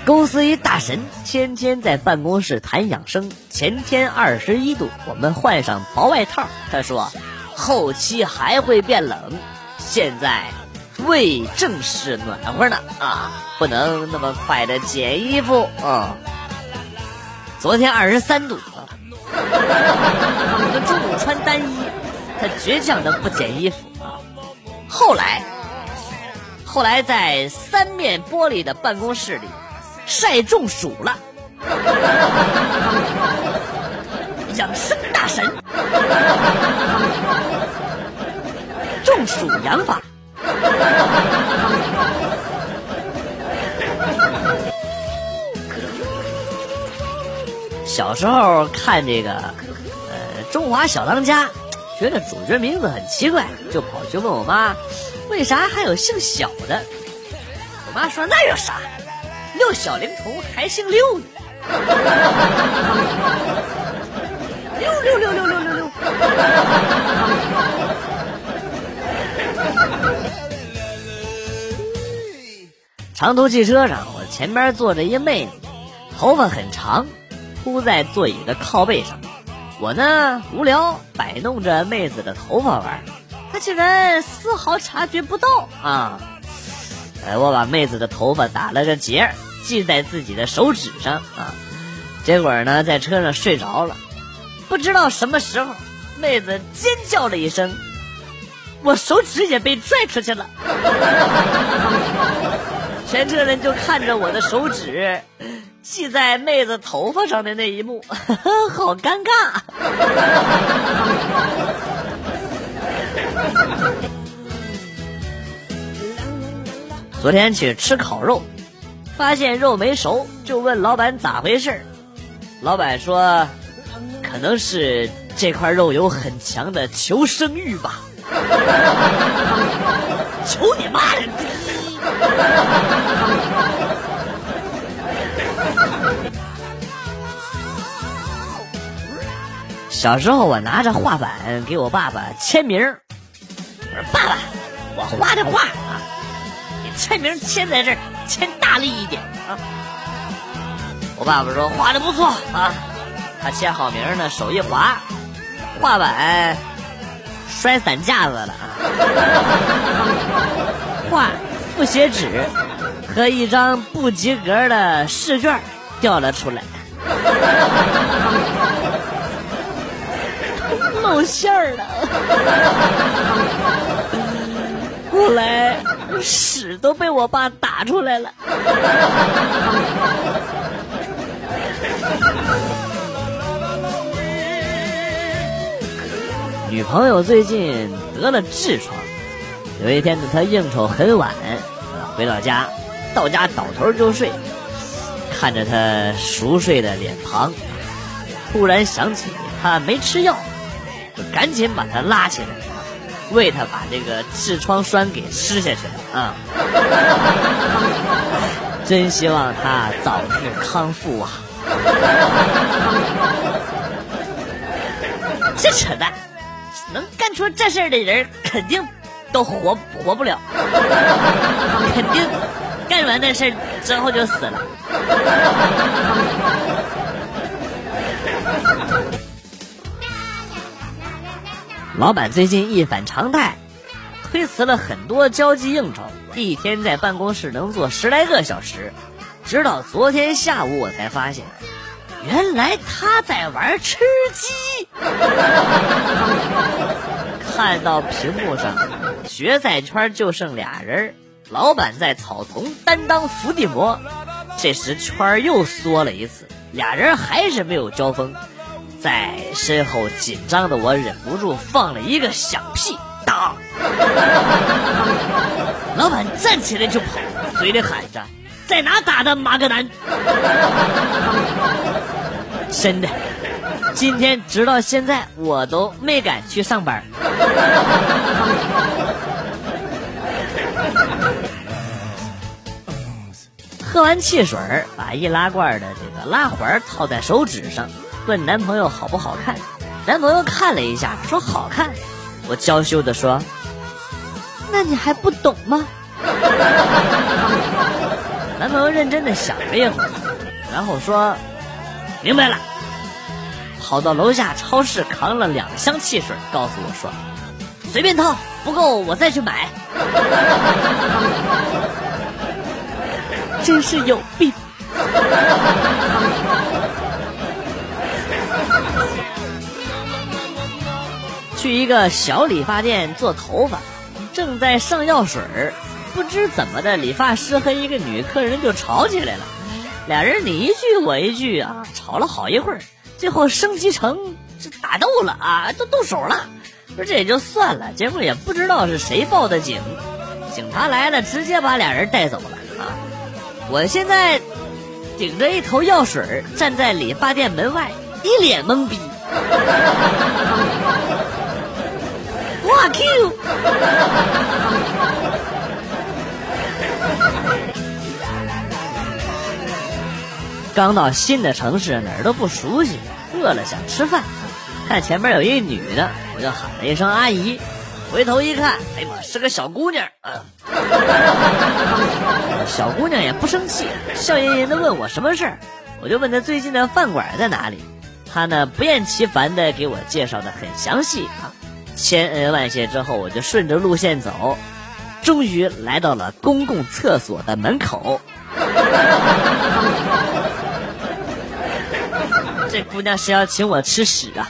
公司一大神天天在办公室谈养生，前天21度，我们换上薄外套，他说后期还会变冷，现在胃正是暖和呢啊，不能那么快的减衣服啊。昨天23度啊，我们中午穿单衣，他倔强的不减衣服啊。后来在3面玻璃的办公室里晒中暑了，养生大神，中暑养法。小时候看这个中华小当家，觉得主角名字很奇怪，就跑去问我妈为啥还有姓小的。我妈说那有啥，6小龄童还姓6呢。6。长途汽车上，我前边坐着一妹子，头发很长，铺在座椅的靠背上。我呢无聊摆弄着妹子的头发玩，她竟然丝毫察觉不到啊！我把妹子的头发打了个结，系在自己的手指上啊。结果呢在车上睡着了，不知道什么时候妹子尖叫了一声，我手指也被拽出去了。全车人就看着我的手指系在妹子头发上的那一幕，好尴尬。昨天去吃烤肉，发现肉没熟，就问老板咋回事。老板说可能是这块肉有很强的求生欲吧。求你妈的！小时候我拿着画板给我爸爸签名，我说爸爸，我画的画啊，你签名签在这儿，签大力一点啊。我爸爸说画的不错啊，他签好名呢，手一滑，画板摔散架子了啊，画复写纸和一张不及格的试卷掉了出来，露馅儿了。后来屎都被我爸打出来了。女朋友最近得了痔疮，有一天呢，她应酬很晚，回到家，到家倒头就睡，看着她熟睡的脸庞，突然想起她没吃药，就赶紧把她拉起来，为她把这个痔疮栓给吃下去了啊！真希望她早日康复啊！这扯淡！能干出这事儿的人肯定都活不了，肯定干完这事儿之后就死了。老板最近一反常态，推辞了很多交际应酬，一天在办公室能坐10来个小时，直到昨天下午我才发现，原来他在玩吃鸡。看到屏幕上决赛圈就剩俩人，老板在草丛担当伏地魔，这时圈又缩了一次，俩人还是没有交锋。在身后紧张的我忍不住放了一个响屁，当！老板站起来就跑，嘴里喊着在哪打的马格南。真的，今天直到现在我都没敢去上班。喝完汽水，把易拉罐的这个拉环套在手指上，问男朋友好不好看。男朋友看了一下说好看。我娇羞地说，那你还不懂吗？ 男朋友认真的想了一会儿，然后说明白了，跑到楼下超市扛了2箱汽水，告诉我说随便掏，不够我再去买。真是有病。去一个小理发店做头发，正在上药水，不知怎么的，理发师和一个女客人就吵起来了，俩人你一句我一句啊，吵了好一会儿，最后升级成是打斗了啊，都动手了。说这也就算了，结果也不知道是谁报的警，警察来了，直接把俩人带走了啊！我现在顶着一头药水站在理发店门外，一脸懵逼。哇 Q！ 刚到新的城市，哪儿都不熟悉，饿了想吃饭，看前面有一女的，我就喊了一声阿姨，回头一看，哎妈，是个小姑娘啊！小姑娘也不生气，笑吟吟的问我什么事儿，我就问她最近的饭馆在哪里，她呢不厌其烦的给我介绍的很详细啊。千恩万谢之后，我就顺着路线走，终于来到了公共厕所的门口。这姑娘是要请我吃屎啊！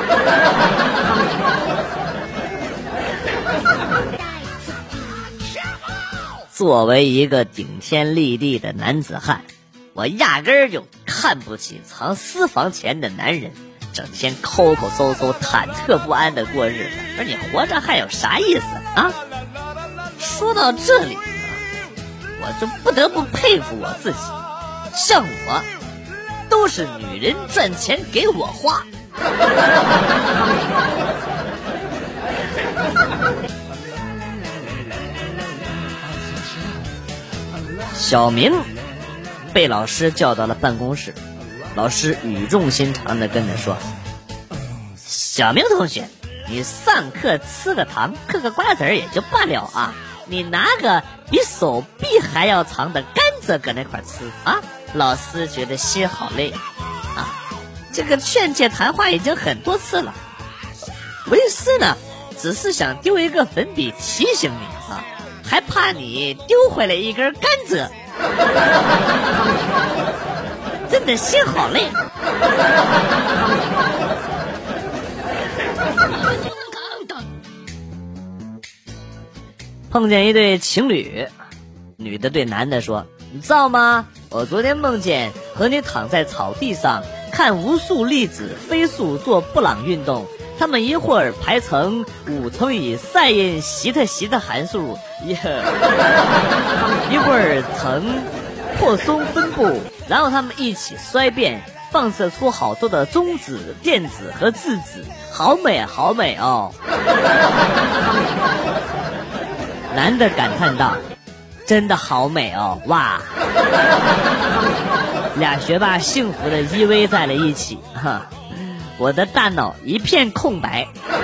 作为一个顶天立地的男子汉，我压根儿就看不起藏私房钱的男人，整天抠抠搜搜、忐忑不安的过日子，说你活着还有啥意思啊？说到这里，我就不得不佩服我自己，像我都是女人赚钱给我花。小明被老师叫到了办公室，老师语重心长地跟他说，小明同学，你上课吃个糖嗑个瓜子也就罢了啊，你拿个比手臂还要长的甘蔗搁那块吃啊，老师觉得心好累啊。这个劝诫谈话已经很多次了，为师呢只是想丢一个粉笔提醒你啊，还怕你丢回来一根甘蔗，真的心好累。碰见一对情侣，女的对男的说，你知道吗，我昨天梦见和你躺在草地上看无数粒子飞速做布朗运动，他们一会儿排成5乘以sin西特西的函数，一会儿成破松分布，然后他们一起衰变，放射出好多的中子、电子和质子，好美好美哦。男的感叹道，真的好美哦，哇。俩学霸幸福的依偎在了一起，哈，我的大脑一片空白。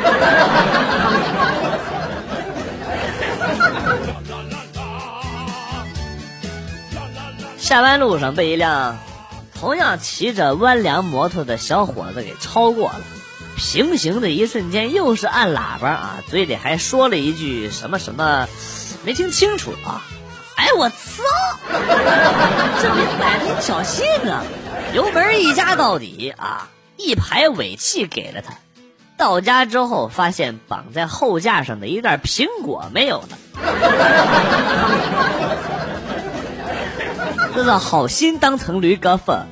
下班路上被一辆同样骑着弯梁摩托的小伙子给超过了，平行的一瞬间又是按喇叭啊，嘴里还说了一句什么什么没听清楚啊。哎我操，这明摆着挑衅啊，油门一加到底啊，一排尾气给了他。到家之后发现绑在后架上的一袋苹果没有了。这是好心当成驴哥粉。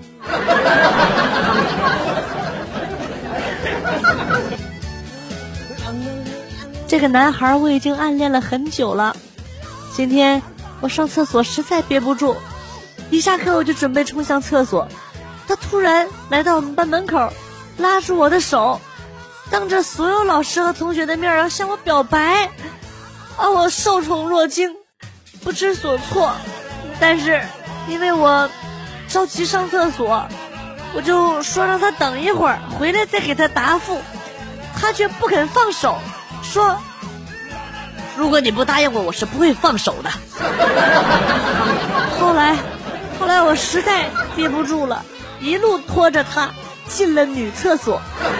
这个男孩我已经暗恋了很久了，今天我上厕所实在憋不住，一下课我就准备冲向厕所，他突然来到我们班门口，拉住我的手，当着所有老师和同学的面要向我表白，我受宠若惊，不知所措。但是因为我着急上厕所，我就说让他等一会儿，回来再给他答复，他却不肯放手，说如果你不答应我，我是不会放手的。后来后来我实在憋不住了，一路拖着他进了女厕所。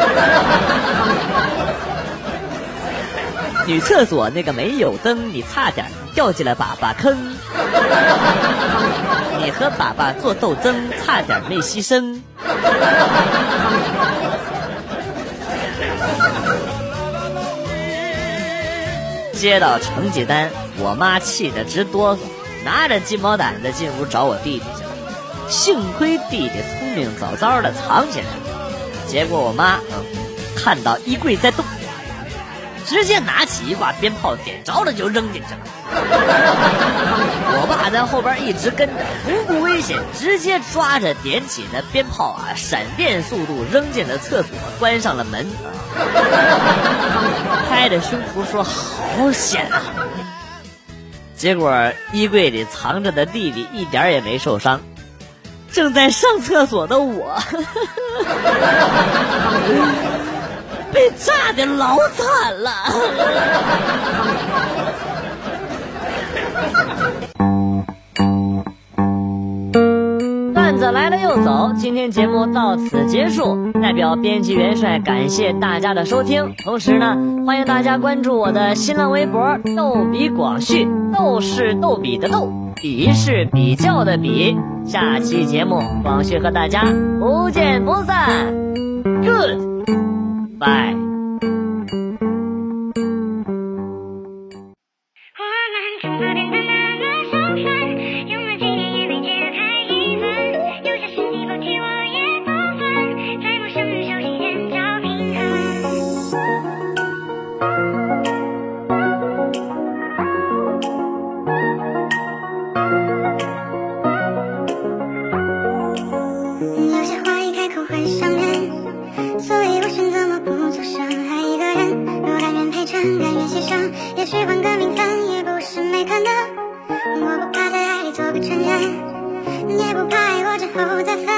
女厕所那个没有灯，你差点掉进了粑粑坑。你和粑粑做斗争，差点没牺牲。接到成绩单，我妈气得直哆嗦，拿着鸡毛掸子进屋找我弟弟去了。幸亏弟弟聪明，早早的藏起来了。结果我妈看到衣柜在动，直接拿起一挂鞭炮，点着了就扔进去了。我爸在后边一直跟着，不顾危险，直接抓着点起的鞭炮啊，闪电速度扔进了厕所，关上了门。拍着胸脯说好险啊！结果衣柜里藏着的弟弟一点也没受伤，正在上厕所的我被炸得老惨了。段子来了又走，今天节目到此结束，代表编辑元帅感谢大家的收听，同时呢，欢迎大家关注我的新浪微博逗比广旭，逗是逗比的逗，比是比较的比。下期节目广旭和大家不见不散。 Goodbye。 也许换个名分也不是没可能，我不怕在爱里做个成人，也不怕爱过之后再分。